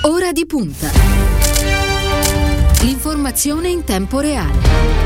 Ora di punta. L'informazione in tempo reale.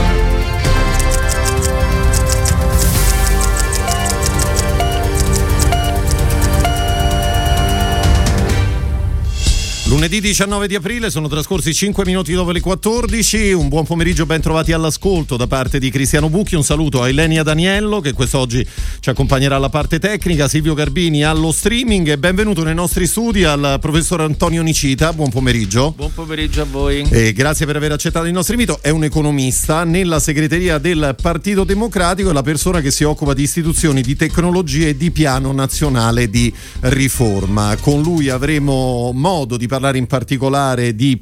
Lunedì 19 di aprile, sono trascorsi 5 minuti dopo le 14. Un buon pomeriggio, ben trovati all'ascolto da parte di Cristiano Bucchi. Un saluto a Elenia Daniello, che quest'oggi ci accompagnerà alla parte tecnica, Silvio Garbini allo streaming, e benvenuto nei nostri studi al professor Antonio Nicita. Buon pomeriggio. Buon pomeriggio a voi. E grazie per aver accettato il nostro invito. È un economista nella segreteria del Partito Democratico, è la persona che si occupa di istituzioni, di tecnologie e di piano nazionale di riforma. Con lui avremo modo di parlare in particolare di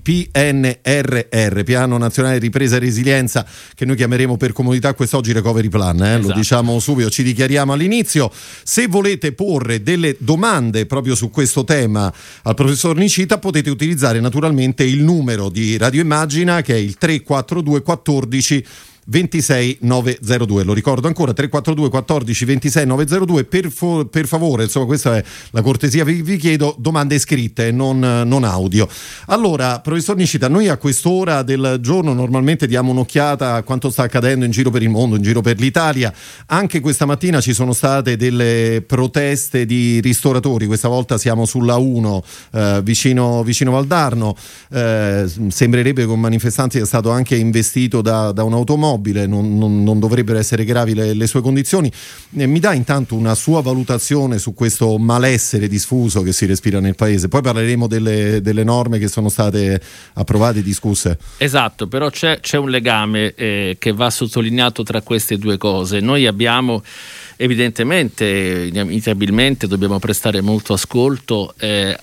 PNRR, Piano Nazionale di Ripresa e Resilienza, che noi chiameremo per comodità quest'oggi Recovery Plan, esatto. Lo diciamo subito, ci dichiariamo all'inizio. Se volete porre delle domande proprio su questo tema al professor Nicita, potete utilizzare naturalmente il numero di Radio Immagina, che è il 342 14 26 902. Lo ricordo ancora, 342 14 26 902. Per favore, insomma, questa è la cortesia, vi chiedo domande scritte, non audio. Allora, professor Nicita, noi a quest'ora del giorno normalmente diamo un'occhiata a quanto sta accadendo in giro per il mondo, in giro per l'Italia. Anche questa mattina ci sono state delle proteste di ristoratori, questa volta siamo sulla 1 vicino Valdarno. Sembrerebbe che un manifestante sia stato anche investito da un'automobile. Non dovrebbero essere gravi le sue condizioni. Mi dà intanto una sua valutazione su questo malessere diffuso che si respira nel paese, poi parleremo delle norme che sono state approvate e discusse. Esatto, però c'è un legame che va sottolineato tra queste due cose. Noi abbiamo evidentemente, inevitabilmente, dobbiamo prestare molto ascolto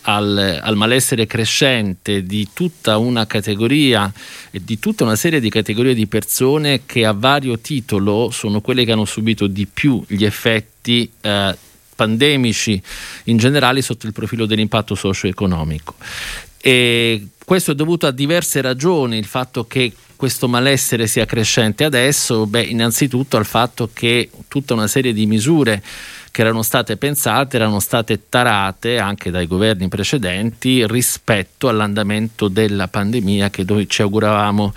al malessere crescente di tutta una categoria e di tutta una serie di categorie di persone che a vario titolo sono quelle che hanno subito di più gli effetti pandemici in generale sotto il profilo dell'impatto socio-economico. E questo è dovuto a diverse ragioni. Il fatto che questo malessere sia crescente adesso, innanzitutto al fatto che tutta una serie di misure che erano state pensate, erano state tarate anche dai governi precedenti rispetto all'andamento della pandemia, che noi ci auguravamo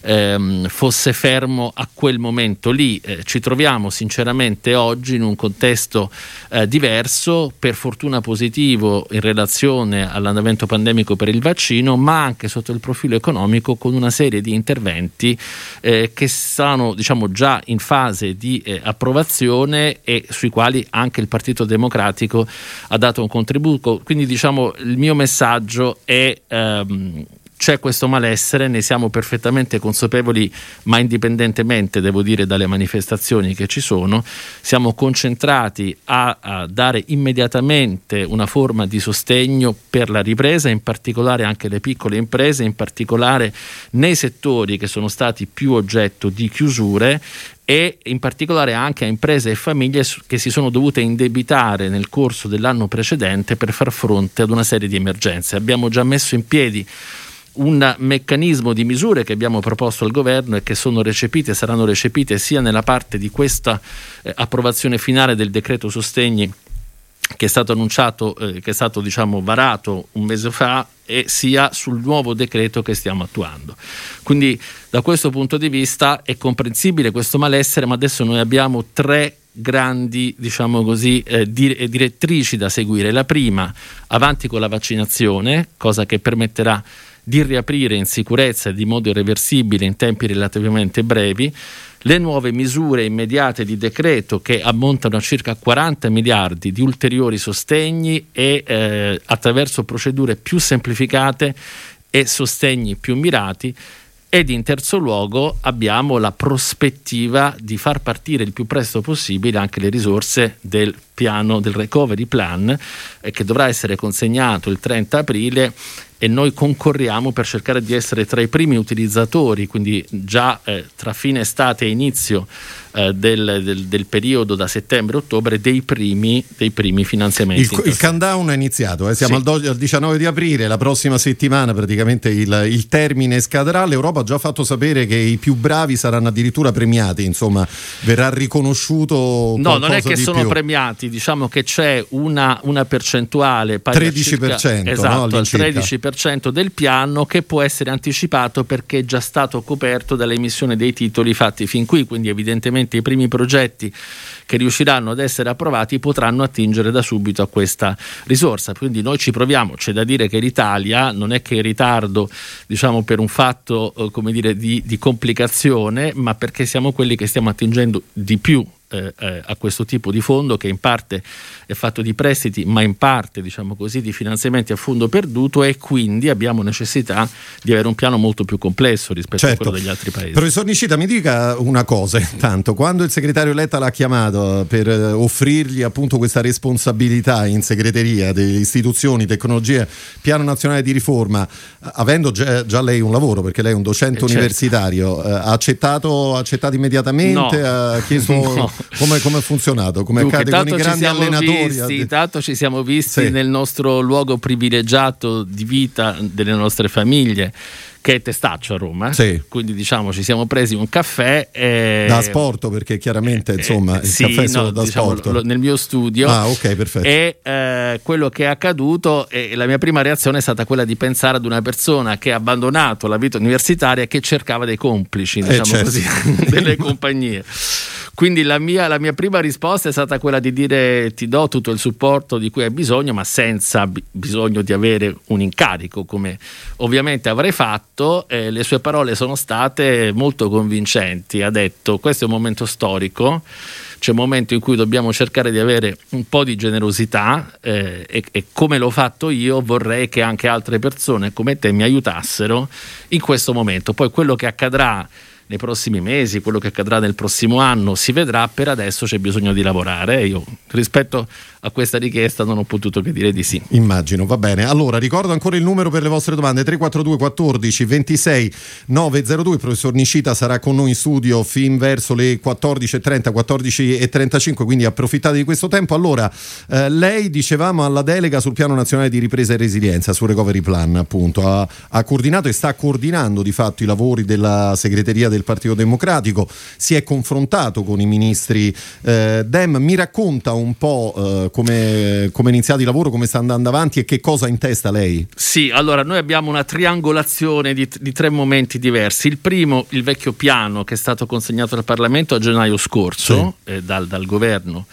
fosse fermo a quel momento lì. Ci troviamo sinceramente oggi in un contesto diverso, per fortuna positivo in relazione all'andamento pandemico per il vaccino, ma anche sotto il profilo economico, con una serie di interventi che stanno già in fase di approvazione e sui quali anche il Partito Democratico ha dato un contributo. Quindi il mio messaggio è c'è questo malessere, ne siamo perfettamente consapevoli, ma indipendentemente, devo dire, dalle manifestazioni che ci sono, siamo concentrati a dare immediatamente una forma di sostegno per la ripresa, in particolare anche le piccole imprese, in particolare nei settori che sono stati più oggetto di chiusure, e in particolare anche a imprese e famiglie che si sono dovute indebitare nel corso dell'anno precedente per far fronte ad una serie di emergenze. Abbiamo già messo in piedi un meccanismo di misure che abbiamo proposto al governo e che sono recepite, saranno recepite sia nella parte di questa approvazione finale del decreto sostegni che è stato annunciato, che è stato varato un mese fa, e sia sul nuovo decreto che stiamo attuando. Quindi da questo punto di vista è comprensibile questo malessere, ma adesso noi abbiamo tre grandi direttrici da seguire. La prima, avanti con la vaccinazione, cosa che permetterà di riaprire in sicurezza e di modo irreversibile in tempi relativamente brevi. Le nuove misure immediate di decreto, che ammontano a circa 40 miliardi di ulteriori sostegni e attraverso procedure più semplificate e sostegni più mirati. Ed in terzo luogo abbiamo la prospettiva di far partire il più presto possibile anche le risorse del piano del Recovery Plan, che dovrà essere consegnato il 30 aprile, e noi concorriamo per cercare di essere tra i primi utilizzatori, quindi già tra fine estate e inizio del periodo da settembre-ottobre dei primi finanziamenti. Il countdown è iniziato, siamo al 19 di aprile, la prossima settimana praticamente il termine scadrà. L'Europa ha già fatto sapere che i più bravi saranno addirittura premiati, insomma verrà riconosciuto. No, non è che sono premiati, diciamo che c'è una percentuale pari 13%, circa, esatto, no, al 13%, 50% del piano, che può essere anticipato perché è già stato coperto dall'emissione dei titoli fatti fin qui, quindi evidentemente i primi progetti che riusciranno ad essere approvati potranno attingere da subito a questa risorsa. Quindi noi ci proviamo. C'è da dire che l'Italia non è che in ritardo, diciamo, per un fatto di complicazione, ma perché siamo quelli che stiamo attingendo di più a questo tipo di fondo, che in parte è fatto di prestiti, ma in parte, diciamo così, di finanziamenti a fondo perduto, e quindi abbiamo necessità di avere un piano molto più complesso rispetto a quello degli altri paesi. Professor Nicita, mi dica una cosa intanto: quando il segretario Letta l'ha chiamato per offrirgli appunto questa responsabilità in segreteria delle istituzioni, tecnologie, piano nazionale di riforma, avendo già lei un lavoro, perché lei è un docente universitario, ha accettato immediatamente? No. Ha chiesto no. Come è funzionato, come accade con i grandi allenatori? Tanto ci siamo visti nel nostro luogo privilegiato di vita delle nostre famiglie, che è Testaccio a Roma. Quindi diciamo ci siamo presi un caffè da asporto, perché chiaramente insomma il caffè è solo da asporto, nel mio studio. Ok, perfetto. E quello che è accaduto, la mia prima reazione è stata quella di pensare ad una persona che ha abbandonato la vita universitaria e che cercava dei complici, così, delle compagnie. Quindi la mia prima risposta è stata quella di dire: ti do tutto il supporto di cui hai bisogno, ma senza bisogno di avere un incarico, come ovviamente avrei fatto. Le sue parole sono state molto convincenti. Ha detto: questo è un momento storico, c'è un momento in cui dobbiamo cercare di avere un po' di generosità, e come l'ho fatto io vorrei che anche altre persone come te mi aiutassero in questo momento. Poi quello che accadrà nei prossimi mesi, quello che accadrà nel prossimo anno si vedrà. Per adesso c'è bisogno di lavorare. Io, rispetto a questa richiesta, non ho potuto che dire di sì. Immagino, va bene. Allora ricordo ancora il numero per le vostre domande: 342 14 26 902. Il professor Nicita sarà con noi in studio fin verso le 14.30, 14.35, quindi approfittate di questo tempo. Allora lei, dicevamo, alla delega sul piano nazionale di ripresa e resilienza, sul recovery plan, appunto ha coordinato e sta coordinando di fatto i lavori della segreteria del Partito Democratico, si è confrontato con i ministri Dem. Mi racconta un po' come è iniziato il lavoro, come sta andando avanti e che cosa ha in testa lei? Sì, allora noi abbiamo una triangolazione di tre momenti diversi. Il primo, il vecchio piano che è stato consegnato al Parlamento a gennaio scorso, dal governo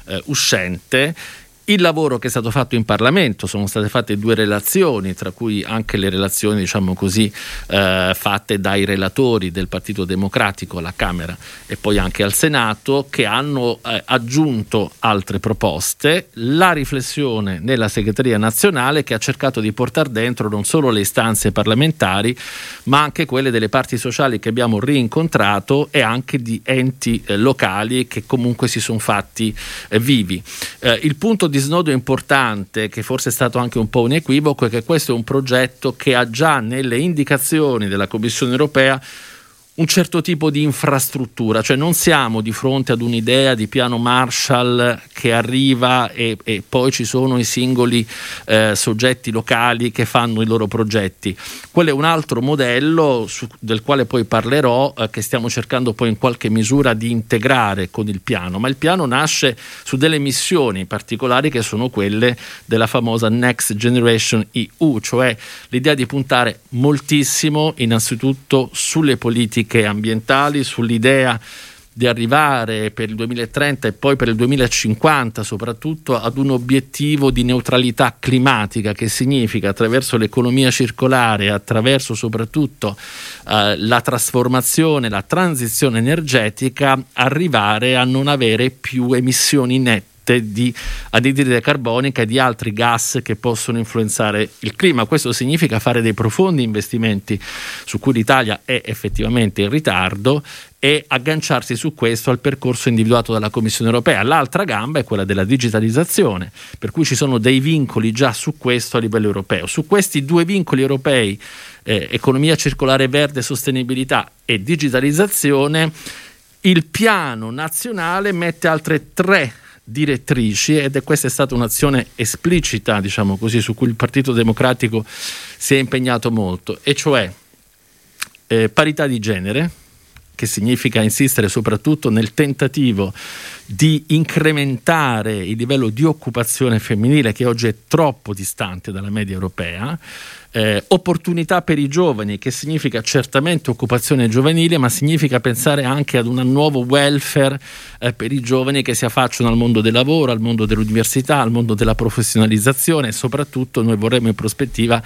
uscente. Il lavoro che è stato fatto in Parlamento: sono state fatte 2 relazioni, tra cui anche le relazioni, diciamo così, fatte dai relatori del Partito Democratico alla Camera e poi anche al Senato, che hanno aggiunto altre proposte. La riflessione nella segreteria nazionale, che ha cercato di portare dentro non solo le istanze parlamentari, ma anche quelle delle parti sociali che abbiamo rincontrato e anche di enti locali che comunque si sono fatti vivi. Il punto di snodo importante, che forse è stato anche un po' un equivoco, è che questo è un progetto che ha già nelle indicazioni della Commissione europea un certo tipo di infrastruttura, cioè non siamo di fronte ad un'idea di piano Marshall che arriva e poi ci sono i singoli soggetti locali che fanno i loro progetti. Quello è un altro modello del quale poi parlerò, che stiamo cercando poi in qualche misura di integrare con il piano, ma il piano nasce su delle missioni particolari che sono quelle della famosa Next Generation EU, cioè l'idea di puntare moltissimo innanzitutto sulle politiche ambientali, sull'idea di arrivare per il 2030 e poi per il 2050 soprattutto ad un obiettivo di neutralità climatica, che significa, attraverso l'economia circolare, attraverso soprattutto la trasformazione, la transizione energetica, arrivare a non avere più emissioni nette di anidride carbonica e di altri gas che possono influenzare il clima. Questo significa fare dei profondi investimenti su cui l'Italia è effettivamente in ritardo e agganciarsi su questo al percorso individuato dalla Commissione europea. L'altra gamba è quella della digitalizzazione, per cui ci sono dei vincoli già su questo a livello europeo. Su questi 2 vincoli europei, economia circolare verde, sostenibilità e digitalizzazione, il piano nazionale mette altre 3 direttrici, ed questa è stata un'azione esplicita, diciamo così, su cui il Partito Democratico si è impegnato molto, e cioè parità di genere, che significa insistere soprattutto nel tentativo di incrementare il livello di occupazione femminile, che oggi è troppo distante dalla media europea. Opportunità per i giovani, che significa certamente occupazione giovanile, ma significa pensare anche ad un nuovo welfare per i giovani che si affacciano al mondo del lavoro, al mondo dell'università, al mondo della professionalizzazione, e soprattutto noi vorremmo in prospettiva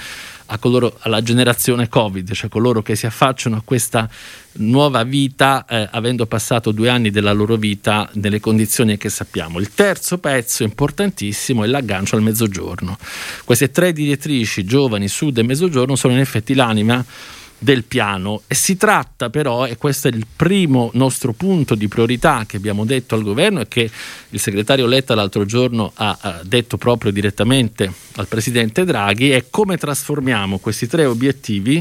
alla generazione Covid, cioè coloro che si affacciano a questa nuova vita avendo passato 2 anni della loro vita nelle condizioni che sappiamo. Il terzo pezzo importantissimo è l'aggancio al mezzogiorno. Queste 3 direttrici, giovani, sud e mezzogiorno, sono in effetti l'anima del piano, e si tratta però, e questo è il primo nostro punto di priorità che abbiamo detto al governo e che il segretario Letta l'altro giorno ha detto proprio direttamente al presidente Draghi, è come trasformiamo questi 3 obiettivi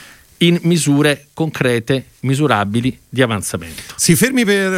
in misure concrete, misurabili, di avanzamento. Si fermi per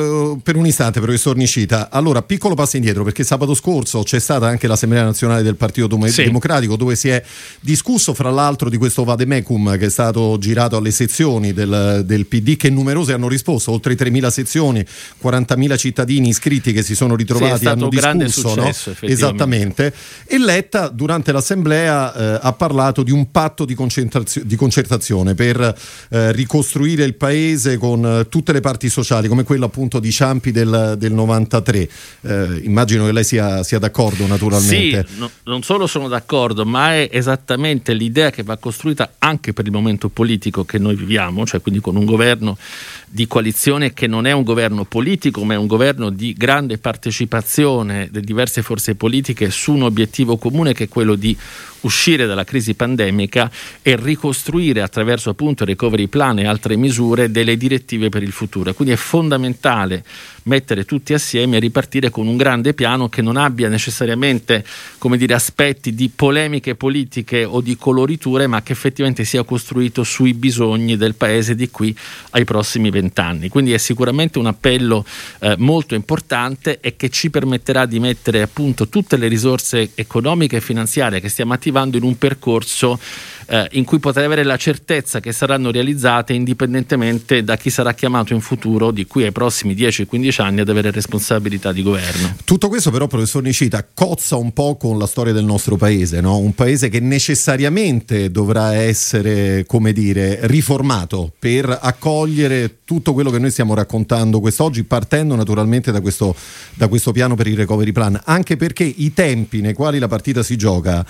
un istante, professor Nicita. Allora, piccolo passo indietro, perché sabato scorso c'è stata anche l'Assemblea Nazionale del Partito Democratico, dove si è discusso fra l'altro di questo vademecum che è stato girato alle sezioni del PD, che numerose hanno risposto, oltre 3.000 sezioni, 40.000 cittadini iscritti che si sono ritrovati, hanno discusso, grande successo, no? Esattamente. E Letta durante l'Assemblea ha parlato di un patto di concertazione per ricostruire il paese con tutte le parti sociali, come quello appunto di Ciampi del 93. Immagino che lei sia d'accordo, naturalmente. Sì, non solo sono d'accordo, ma è esattamente l'idea che va costruita anche per il momento politico che noi viviamo, cioè quindi con un governo di coalizione che non è un governo politico, ma è un governo di grande partecipazione delle diverse forze politiche su un obiettivo comune, che è quello di uscire dalla crisi pandemica e ricostruire attraverso appunto il recovery plan e altre misure delle direttive per il futuro. Quindi è fondamentale mettere tutti assieme e ripartire con un grande piano che non abbia necessariamente, come dire, aspetti di polemiche politiche o di coloriture, ma che effettivamente sia costruito sui bisogni del paese di qui ai prossimi 20 anni. Quindi è sicuramente un appello molto importante, e che ci permetterà di mettere appunto tutte le risorse economiche e finanziarie che stiamo attivando in un percorso in cui potrei avere la certezza che saranno realizzate indipendentemente da chi sarà chiamato in futuro, di qui ai prossimi 10-15 anni, ad avere responsabilità di governo. Tutto questo però, professor Nicita, cozza un po' con la storia del nostro paese, no? Un paese che necessariamente dovrà essere, come dire, riformato per accogliere tutto quello che noi stiamo raccontando quest'oggi, partendo naturalmente da questo piano per il recovery plan, anche perché i tempi nei quali la partita si gioca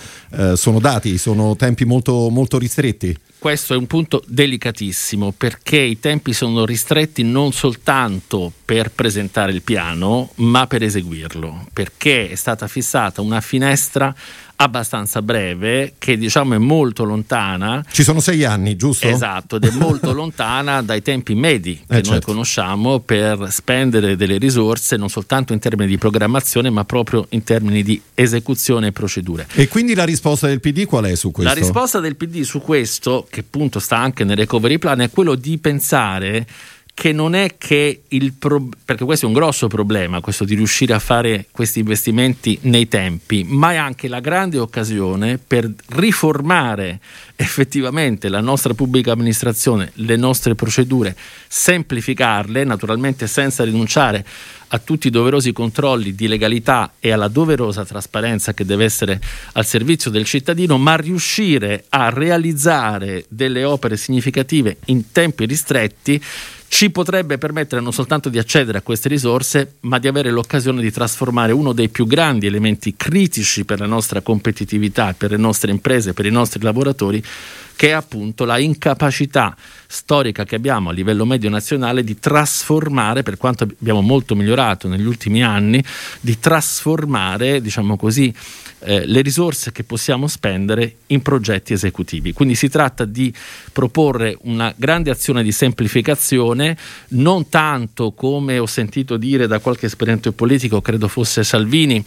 sono tempi molto ristretti. Questo è un punto delicatissimo, perché i tempi sono ristretti non soltanto per presentare il piano, ma per eseguirlo, perché è stata fissata una finestra abbastanza breve, che diciamo è molto lontana. Ci sono 6 anni, giusto? Esatto, ed è molto lontana dai tempi medi che noi conosciamo per spendere delle risorse, non soltanto in termini di programmazione, ma proprio in termini di esecuzione e procedure. E quindi la risposta del PD qual è su questo? La risposta del PD su questo, che appunto sta anche nel recovery plan, è quello di pensare che non è che perché questo è un grosso problema, questo di riuscire a fare questi investimenti nei tempi, ma è anche la grande occasione per riformare effettivamente la nostra pubblica amministrazione, le nostre procedure, semplificarle, naturalmente senza rinunciare a tutti i doverosi controlli di legalità e alla doverosa trasparenza che deve essere al servizio del cittadino, ma riuscire a realizzare delle opere significative in tempi ristretti ci potrebbe permettere non soltanto di accedere a queste risorse, ma di avere l'occasione di trasformare uno dei più grandi elementi critici per la nostra competitività, per le nostre imprese, per i nostri lavoratori, che è appunto la incapacità storica che abbiamo a livello medio nazionale di trasformare, per quanto abbiamo molto migliorato negli ultimi anni, di trasformare, diciamo così, le risorse che possiamo spendere in progetti esecutivi. Quindi si tratta di proporre una grande azione di semplificazione, non tanto, come ho sentito dire da qualche esponente politico, credo fosse Salvini,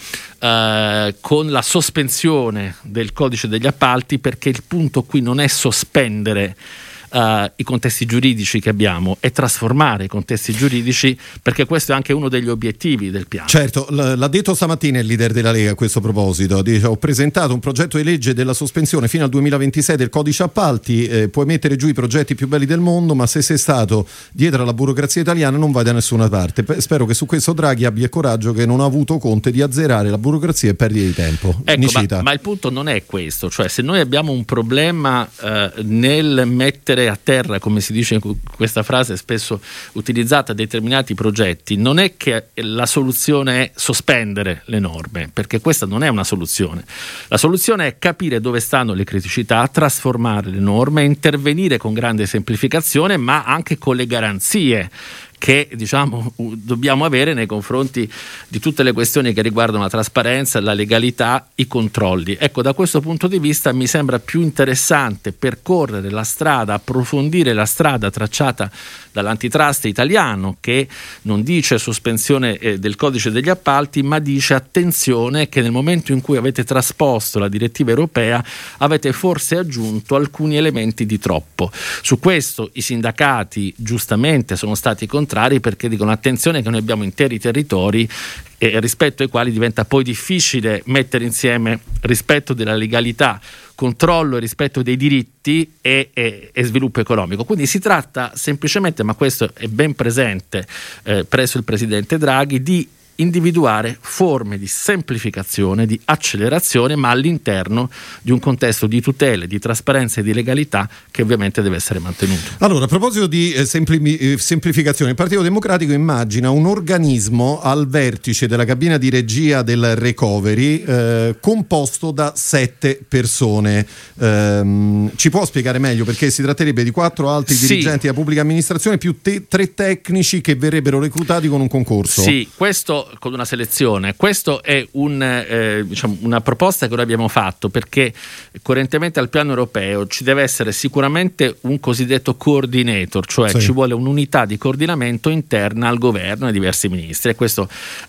con la sospensione del codice degli appalti, perché il punto qui non è sospendere i contesti giuridici che abbiamo e trasformare i contesti giuridici, perché questo è anche uno degli obiettivi del piano. Certo, l'ha detto stamattina il leader della Lega a questo proposito. Dice: ho presentato un progetto di legge della sospensione fino al 2026 del codice appalti, puoi mettere giù i progetti più belli del mondo, ma se sei stato dietro alla burocrazia italiana non vai da nessuna parte. Spero che su questo Draghi abbia il coraggio che non ha avuto Conte di azzerare la burocrazia e perdita di tempo. Ecco, ma il punto non è questo, cioè se noi abbiamo un problema nel mettere a terra, come si dice in questa frase spesso utilizzata, determinati progetti, non è che la soluzione è sospendere le norme, perché questa non è una soluzione. La soluzione è capire dove stanno le criticità, trasformare le norme, intervenire con grande semplificazione, ma anche con le garanzie che dobbiamo avere nei confronti di tutte le questioni che riguardano la trasparenza, la legalità, i controlli. Ecco, da questo punto di vista mi sembra più interessante percorrere la strada, approfondire la strada tracciata dall'antitrust italiano, che non dice sospensione del codice degli appalti, ma dice attenzione che nel momento in cui avete trasposto la direttiva europea avete forse aggiunto alcuni elementi di troppo. Su questo i sindacati giustamente sono stati contrari, perché dicono attenzione che noi abbiamo interi territori rispetto ai quali diventa poi difficile mettere insieme rispetto della legalità, controllo e rispetto dei diritti e sviluppo economico. Quindi si tratta semplicemente, ma questo è ben presente presso il presidente Draghi, di individuare forme di semplificazione, di accelerazione, ma all'interno di un contesto di tutele, di trasparenza e di legalità che ovviamente deve essere mantenuto. Allora, a proposito di semplificazione, il Partito Democratico immagina un organismo al vertice della cabina di regia del recovery composto da 7 persone. Ci può spiegare meglio, perché si tratterebbe di 4 alti dirigenti della pubblica amministrazione più 3 tecnici che verrebbero reclutati con un concorso? Sì, questo con una selezione. Questo è una proposta che noi abbiamo fatto, perché coerentemente al piano europeo ci deve essere sicuramente un cosiddetto coordinator, cioè ci vuole un'unità di coordinamento interna al governo e ai diversi ministri, e questo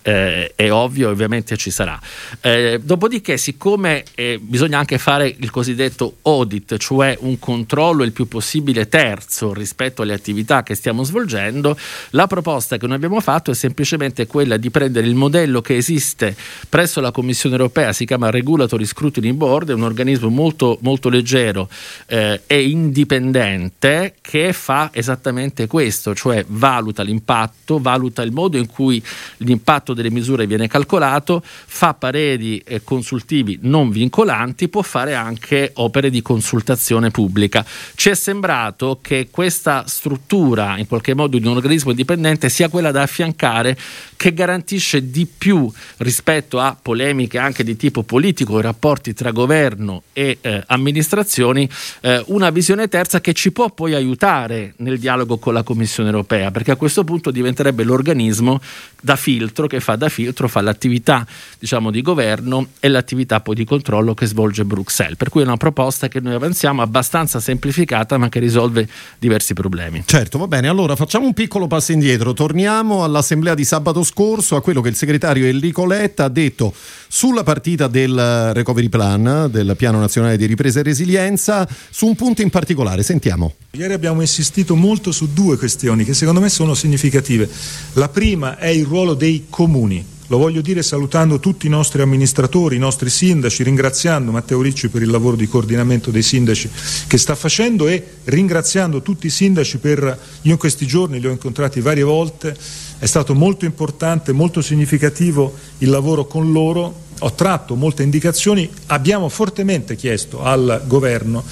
è ovvio, ovviamente ci sarà. Dopodiché, siccome bisogna anche fare il cosiddetto audit, cioè un controllo il più possibile terzo rispetto alle attività che stiamo svolgendo, la proposta che noi abbiamo fatto è semplicemente quella di prendere il modello che esiste presso la Commissione europea, si chiama Regulatory Scrutiny Board, è un organismo molto, molto leggero e indipendente, che fa esattamente questo, cioè valuta l'impatto, valuta il modo in cui l'impatto delle misure viene calcolato, fa pareri consultivi non vincolanti, può fare anche opere di consultazione pubblica. Ci è sembrato che questa struttura, in qualche modo di un organismo indipendente, sia quella da affiancare, che garantisce di più rispetto a polemiche anche di tipo politico, i rapporti tra governo e amministrazioni, una visione terza che ci può poi aiutare nel dialogo con la Commissione europea, perché a questo punto diventerebbe l'organismo da filtro, che fa da filtro, fa l'attività di governo e l'attività poi di controllo che svolge Bruxelles, per cui è una proposta che noi avanziamo abbastanza semplificata, ma che risolve diversi problemi. Certo, va bene, allora facciamo un piccolo passo indietro, torniamo all'assemblea di sabato scorso, a quello che il segretario Enrico Letta ha detto sulla partita del Recovery Plan, del Piano Nazionale di Ripresa e Resilienza, su un punto in particolare. Sentiamo. Ieri abbiamo insistito molto su 2 questioni che secondo me sono significative. La prima è il ruolo dei comuni. Lo voglio dire salutando tutti i nostri amministratori, i nostri sindaci, ringraziando Matteo Ricci per il lavoro di coordinamento dei sindaci che sta facendo, e ringraziando tutti i sindaci io in questi giorni li ho incontrati varie volte, è stato molto importante, molto significativo il lavoro con loro, ho tratto molte indicazioni, abbiamo fortemente chiesto al governo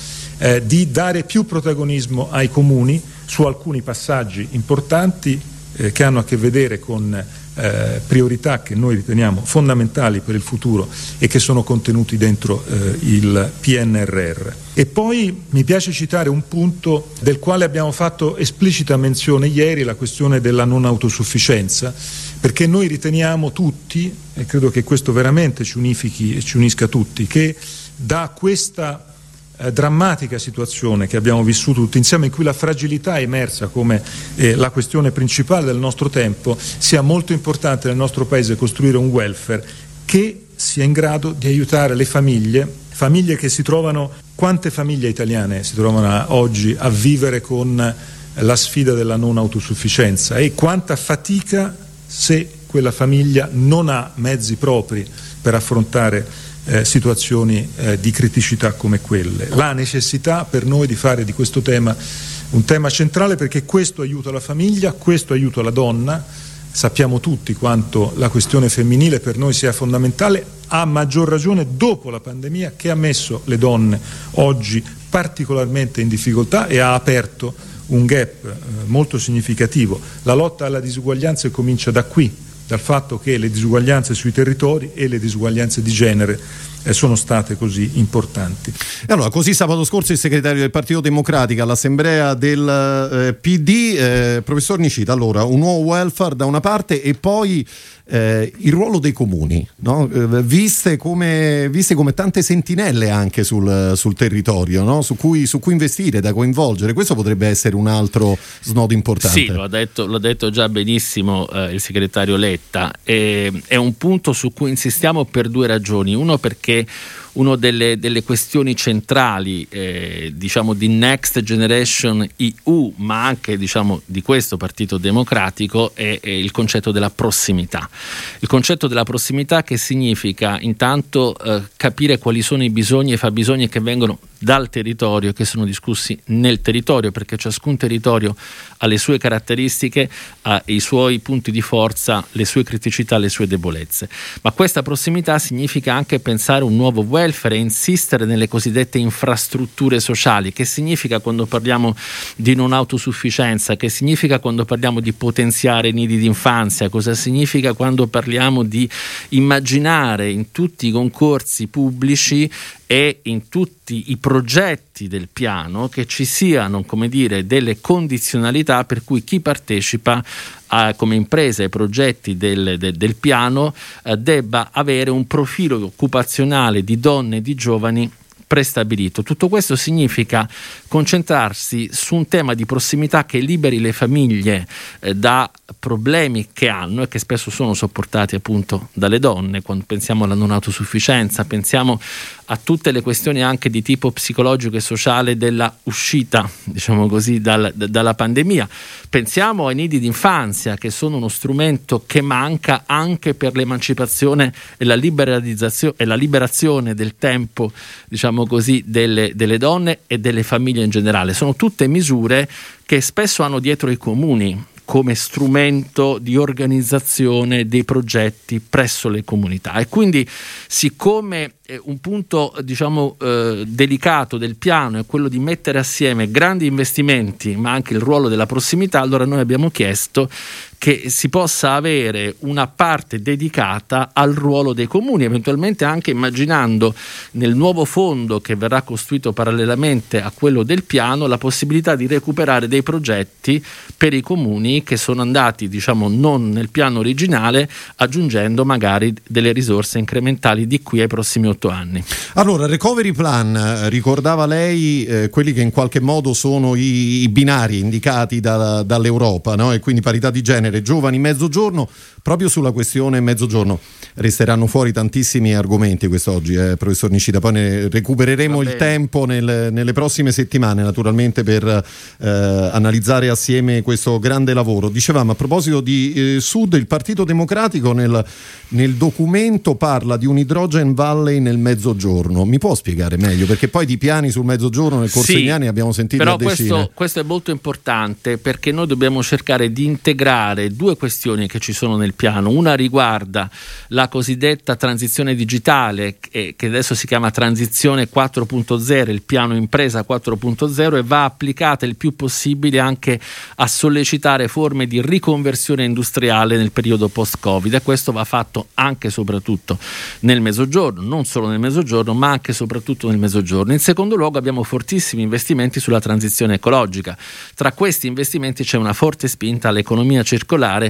di dare più protagonismo ai comuni su alcuni passaggi importanti che hanno a che vedere con priorità che noi riteniamo fondamentali per il futuro e che sono contenuti dentro il PNRR. E poi mi piace citare un punto del quale abbiamo fatto esplicita menzione ieri, la questione della non autosufficienza, perché noi riteniamo tutti, e credo che questo veramente ci unifichi e ci unisca tutti, che da questa drammatica situazione che abbiamo vissuto tutti insieme, in cui la fragilità è emersa come la questione principale del nostro tempo, sia molto importante nel nostro Paese costruire un welfare che sia in grado di aiutare le famiglie famiglie che si trovano, quante famiglie italiane si trovano oggi a vivere con la sfida della non autosufficienza, e quanta fatica se quella famiglia non ha mezzi propri per affrontare situazioni di criticità come quelle. La necessità per noi di fare di questo tema un tema centrale, perché questo aiuta la famiglia, questo aiuta la donna. Sappiamo tutti quanto la questione femminile per noi sia fondamentale, a maggior ragione dopo la pandemia, che ha messo le donne oggi particolarmente in difficoltà e ha aperto un gap molto significativo. La lotta alla disuguaglianza comincia da qui, dal fatto che le disuguaglianze sui territori e le disuguaglianze di genere sono state così importanti. Allora, così sabato scorso il segretario del Partito Democratico all'assemblea del PD, professor Nicita, allora un nuovo welfare da una parte e poi il ruolo dei comuni, no? Viste come tante sentinelle anche sul territorio, no? su cui investire, da coinvolgere. Questo potrebbe essere un altro snodo importante. Sì, l'ha detto già benissimo il segretario Letta. È un punto su cui insistiamo per due ragioni. Uno, perché una delle questioni centrali diciamo di Next Generation EU, ma anche diciamo di questo Partito Democratico, è il concetto della prossimità. Il concetto della prossimità, che significa intanto capire quali sono i bisogni e fabbisogni che vengono dal territorio, che sono discussi nel territorio, perché ciascun territorio ha le sue caratteristiche, ha i suoi punti di forza, le sue criticità, le sue debolezze. Ma questa prossimità significa anche pensare un nuovo welfare e insistere nelle cosiddette infrastrutture sociali. Che significa quando parliamo di non autosufficienza? Che significa quando parliamo di potenziare nidi d'infanzia? Cosa significa quando parliamo di immaginare in tutti i concorsi pubblici e in tutti i progetti del piano che ci siano, come dire, delle condizionalità per cui chi partecipa come impresa ai progetti del piano debba avere un profilo occupazionale di donne e di giovani prestabilito. Tutto questo significa concentrarsi su un tema di prossimità che liberi le famiglie da problemi che hanno e che spesso sono sopportati appunto dalle donne. Quando pensiamo alla non autosufficienza, pensiamo a tutte le questioni anche di tipo psicologico e sociale della uscita, diciamo così, dalla pandemia. Pensiamo ai nidi d'infanzia, che sono uno strumento che manca anche per l'emancipazione e la liberazione del tempo, diciamo così, delle donne e delle famiglie in generale. Sono tutte misure che spesso hanno dietro i comuni come strumento di organizzazione dei progetti presso le comunità, e quindi siccome un punto diciamo delicato del piano è quello di mettere assieme grandi investimenti ma anche il ruolo della prossimità, allora noi abbiamo chiesto che si possa avere una parte dedicata al ruolo dei comuni, eventualmente anche immaginando nel nuovo fondo che verrà costruito parallelamente a quello del piano la possibilità di recuperare dei progetti per i comuni che sono andati diciamo non nel piano originale, aggiungendo magari delle risorse incrementali di qui ai prossimi 8 anni. Allora, recovery plan, ricordava lei quelli che in qualche modo sono i binari indicati dall'Europa, no? E quindi parità di genere, giovani, mezzogiorno. Proprio sulla questione mezzogiorno resteranno fuori tantissimi argomenti quest'oggi, professor Nicita, poi ne recupereremo il tempo nelle prossime settimane naturalmente per analizzare assieme questo grande lavoro. Dicevamo, a proposito di Sud, il Partito Democratico nel documento parla di un hydrogen valley nel mezzogiorno. Mi può spiegare meglio? Perché poi di piani sul mezzogiorno nel corso degli anni abbiamo sentito a decine. Però questo è molto importante, perché noi dobbiamo cercare di integrare due questioni che ci sono nel piano. Una riguarda la cosiddetta transizione digitale, che adesso si chiama transizione 4.0, il piano impresa 4.0, e va applicata il più possibile anche a sollecitare forme di riconversione industriale nel periodo post-Covid, e questo va fatto anche e soprattutto nel mezzogiorno, non solo nel mezzogiorno ma anche e soprattutto nel mezzogiorno. In secondo luogo abbiamo fortissimi investimenti sulla transizione ecologica. Tra questi investimenti c'è una forte spinta all'economia circolare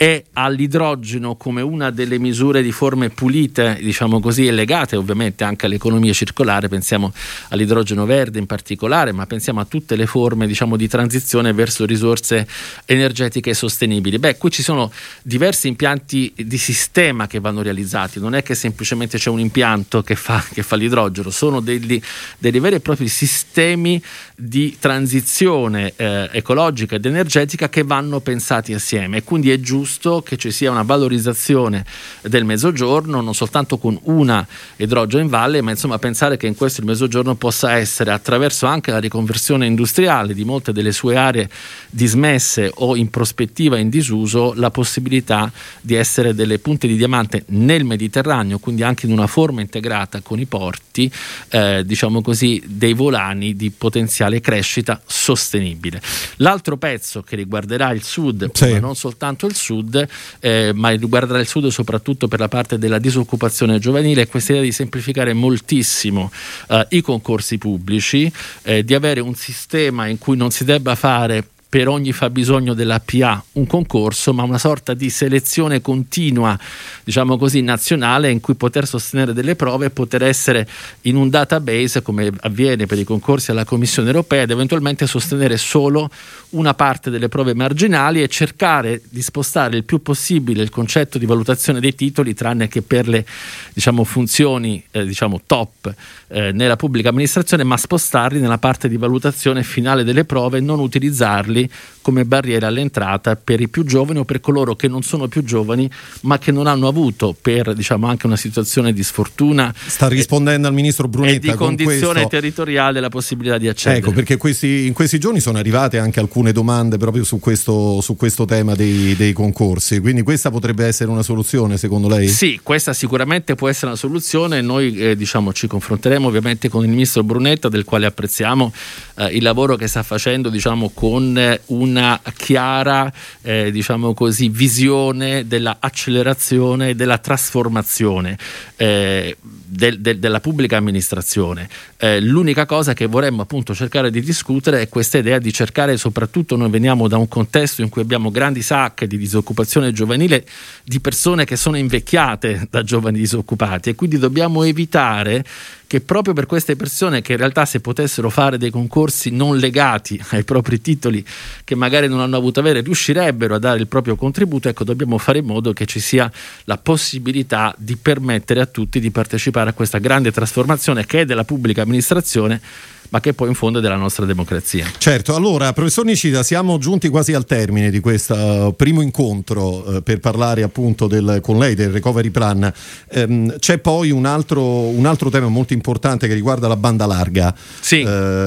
e all'idrogeno come una delle misure di forme pulite, diciamo così, e legate ovviamente anche all'economia circolare. Pensiamo all'idrogeno verde in particolare, ma pensiamo a tutte le forme, diciamo, di transizione verso risorse energetiche sostenibili. Qui ci sono diversi impianti di sistema che vanno realizzati, non è che semplicemente c'è un impianto che fa l'idrogeno, sono dei veri e propri sistemi di transizione ecologica ed energetica che vanno pensati assieme, e quindi è giusto che ci sia una valorizzazione del Mezzogiorno, non soltanto con una idrogeno in valle, ma insomma pensare che in questo il Mezzogiorno possa essere, attraverso anche la riconversione industriale di molte delle sue aree dismesse o in prospettiva in disuso, la possibilità di essere delle punte di diamante nel Mediterraneo, quindi anche in una forma integrata con i porti, diciamo così, dei volani di potenziale crescita sostenibile. L'altro pezzo che riguarderà il sud, ma non soltanto il sud, ma riguarderà il sud soprattutto per la parte della disoccupazione giovanile, è questa idea di semplificare moltissimo i concorsi pubblici, di avere un sistema in cui non si debba fare per ogni fabbisogno della PA un concorso, ma una sorta di selezione continua, diciamo così, nazionale, in cui poter sostenere delle prove e poter essere in un database, come avviene per i concorsi alla Commissione europea, ed eventualmente sostenere solo una parte delle prove marginali e cercare di spostare il più possibile il concetto di valutazione dei titoli, tranne che per le, diciamo, funzioni top nella pubblica amministrazione, ma spostarli nella parte di valutazione finale delle prove e non utilizzarli come barriera all'entrata per i più giovani o per coloro che non sono più giovani ma che non hanno avuto, per, diciamo, anche una situazione di sfortuna, sta rispondendo al ministro Brunetta, e di condizione territoriale, la possibilità di accedere. Ecco, perché in questi giorni sono arrivate anche alcune domande proprio su questo tema dei concorsi, quindi questa potrebbe essere una soluzione secondo lei? Sì, questa sicuramente può essere una soluzione. Noi ci confronteremo ovviamente con il ministro Brunetta, del quale apprezziamo il lavoro che sta facendo, diciamo, con una chiara visione della accelerazione e della trasformazione della pubblica amministrazione. L'unica cosa che vorremmo appunto cercare di discutere è questa idea di cercare, soprattutto noi veniamo da un contesto in cui abbiamo grandi sacche di disoccupazione giovanile, di persone che sono invecchiate da giovani disoccupati, e quindi dobbiamo evitare che proprio per queste persone, che in realtà se potessero fare dei concorsi non legati ai propri titoli, che magari non hanno avuto avere, riuscirebbero a dare il proprio contributo. Ecco, dobbiamo fare in modo che ci sia la possibilità di permettere a tutti di partecipare a questa grande trasformazione che è della pubblica amministrazione, ma che poi in fondo è della nostra democrazia. Certo. Allora, professor Nicita, siamo giunti quasi al termine di questo primo incontro per parlare appunto con lei del recovery plan. C'è poi un altro tema molto importante che riguarda la banda larga. Sì.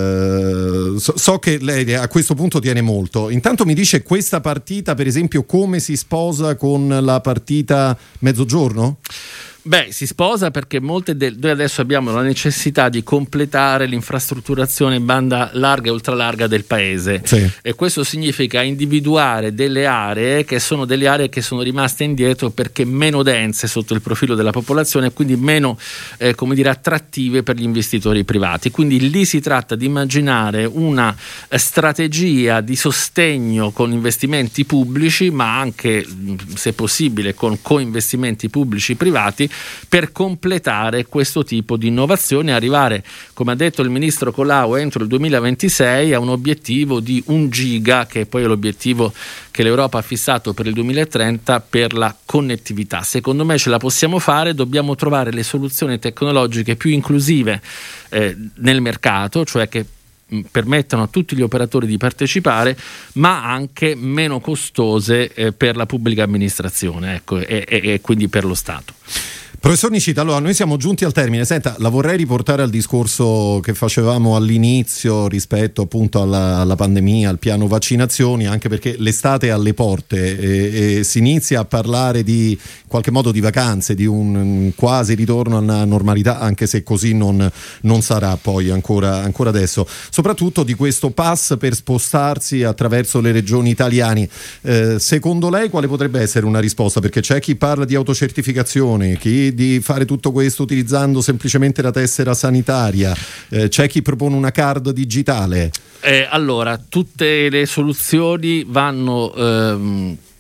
So che lei a questo punto tiene molto. Intanto mi dice, questa partita per esempio come si sposa con la partita Mezzogiorno? Si sposa perché noi adesso abbiamo la necessità di completare l'infrastrutturazione in banda larga e ultralarga del paese, sì. E questo significa individuare delle aree che sono rimaste indietro perché meno dense sotto il profilo della popolazione e quindi meno attrattive per gli investitori privati. Quindi lì si tratta di immaginare una strategia di sostegno con investimenti pubblici, ma anche, se possibile, con coinvestimenti pubblici privati, per completare questo tipo di innovazione e arrivare, come ha detto il ministro Colao, entro il 2026 a un obiettivo di 1 giga, che è poi l'obiettivo che l'Europa ha fissato per il 2030 per la connettività. Secondo me ce la possiamo fare, dobbiamo trovare le soluzioni tecnologiche più inclusive nel mercato, cioè che permettano a tutti gli operatori di partecipare, ma anche meno costose per la pubblica amministrazione, ecco, e quindi per lo Stato. Professor Nicita, allora noi siamo giunti al termine. Senta, la vorrei riportare al discorso che facevamo all'inizio rispetto appunto alla pandemia, al piano vaccinazioni, anche perché l'estate è alle porte e si inizia a parlare in qualche modo di vacanze, di un quasi ritorno alla normalità, anche se così non sarà poi ancora adesso. Soprattutto di questo pass per spostarsi attraverso le regioni italiane. Secondo lei quale potrebbe essere una risposta? Perché c'è chi parla di autocertificazione, chi di fare tutto questo utilizzando semplicemente la tessera sanitaria, c'è chi propone una card digitale. Allora, tutte le soluzioni vanno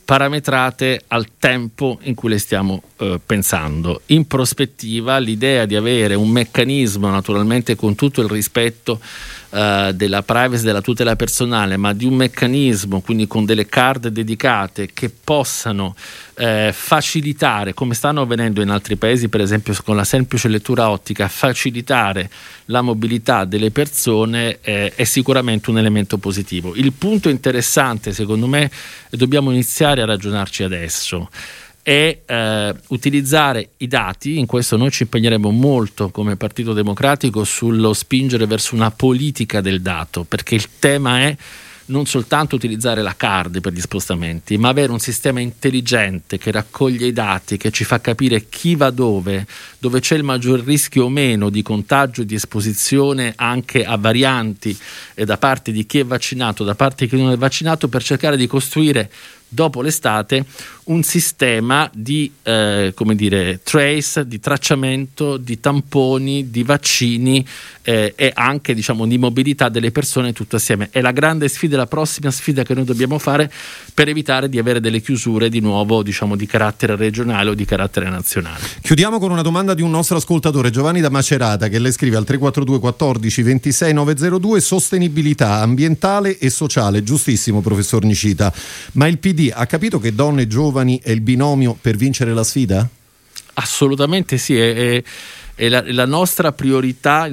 parametrate al tempo in cui le stiamo pensando. In prospettiva l'idea di avere un meccanismo, naturalmente con tutto il rispetto della privacy, della tutela personale, ma di un meccanismo, quindi con delle card dedicate che possano facilitare, come stanno avvenendo in altri paesi, per esempio con la semplice lettura ottica, facilitare la mobilità delle persone, è sicuramente un elemento positivo. Il punto interessante, secondo me, e dobbiamo iniziare a ragionarci adesso, è utilizzare i dati. In questo noi ci impegneremo molto come Partito Democratico sullo spingere verso una politica del dato, perché il tema è non soltanto utilizzare la card per gli spostamenti, ma avere un sistema intelligente che raccoglie i dati, che ci fa capire chi va dove c'è il maggior rischio o meno di contagio e di esposizione anche a varianti da parte di chi è vaccinato, da parte di chi non è vaccinato, per cercare di costruire dopo l'estate un sistema di trace, di tracciamento, di tamponi, di vaccini e anche di mobilità delle persone tutto assieme. È la grande sfida, la prossima sfida che noi dobbiamo fare per evitare di avere delle chiusure di nuovo di carattere regionale o di carattere nazionale. Chiudiamo con una domanda di un nostro ascoltatore, Giovanni da Macerata, che le scrive al 342 14 26 902: sostenibilità ambientale e sociale. Giustissimo, professor Nicita, ma il PD ha capito che donne e giovani è il binomio per vincere la sfida? Assolutamente sì, è la nostra priorità,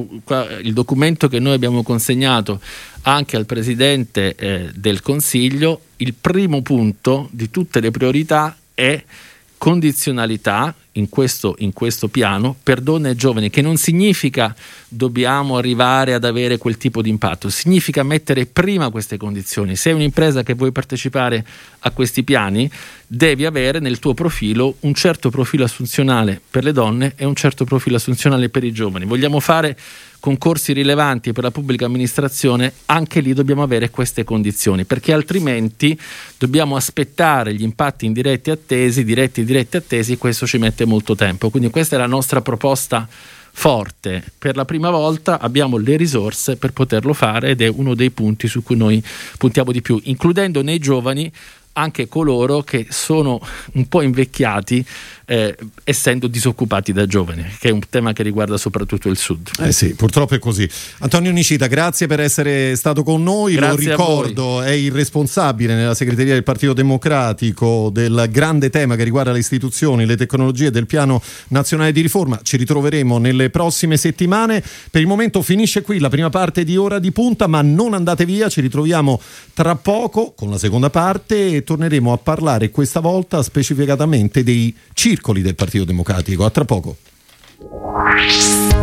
il documento che noi abbiamo consegnato anche al Presidente del Consiglio. Il primo punto di tutte le priorità è condizionalità in questo piano per donne e giovani, che non significa dobbiamo arrivare ad avere quel tipo di impatto, significa mettere prima queste condizioni. Se è un'impresa che vuoi partecipare a questi piani, devi avere nel tuo profilo un certo profilo assunzionale per le donne e un certo profilo assunzionale per i giovani. Vogliamo fare concorsi rilevanti per la pubblica amministrazione, anche lì dobbiamo avere queste condizioni, perché altrimenti dobbiamo aspettare gli impatti indiretti attesi, diretti e indiretti attesi, e questo ci mette molto tempo. Quindi questa è la nostra proposta forte. Per la prima volta abbiamo le risorse per poterlo fare ed è uno dei punti su cui noi puntiamo di più, includendo nei giovani anche coloro che sono un po' invecchiati essendo disoccupati da giovani, che è un tema che riguarda soprattutto il Sud. Sì, purtroppo è così. Antonio Nicita, grazie per essere stato con noi. Grazie. Lo ricordo, è il responsabile nella segreteria del Partito Democratico del grande tema che riguarda le istituzioni, le tecnologie del Piano Nazionale di Riforma. Ci ritroveremo nelle prossime settimane. Per il momento finisce qui la prima parte di Ora di Punta, ma non andate via, ci ritroviamo tra poco con la seconda parte e torneremo a parlare questa volta specificatamente dei circoli del Partito Democratico. A tra poco.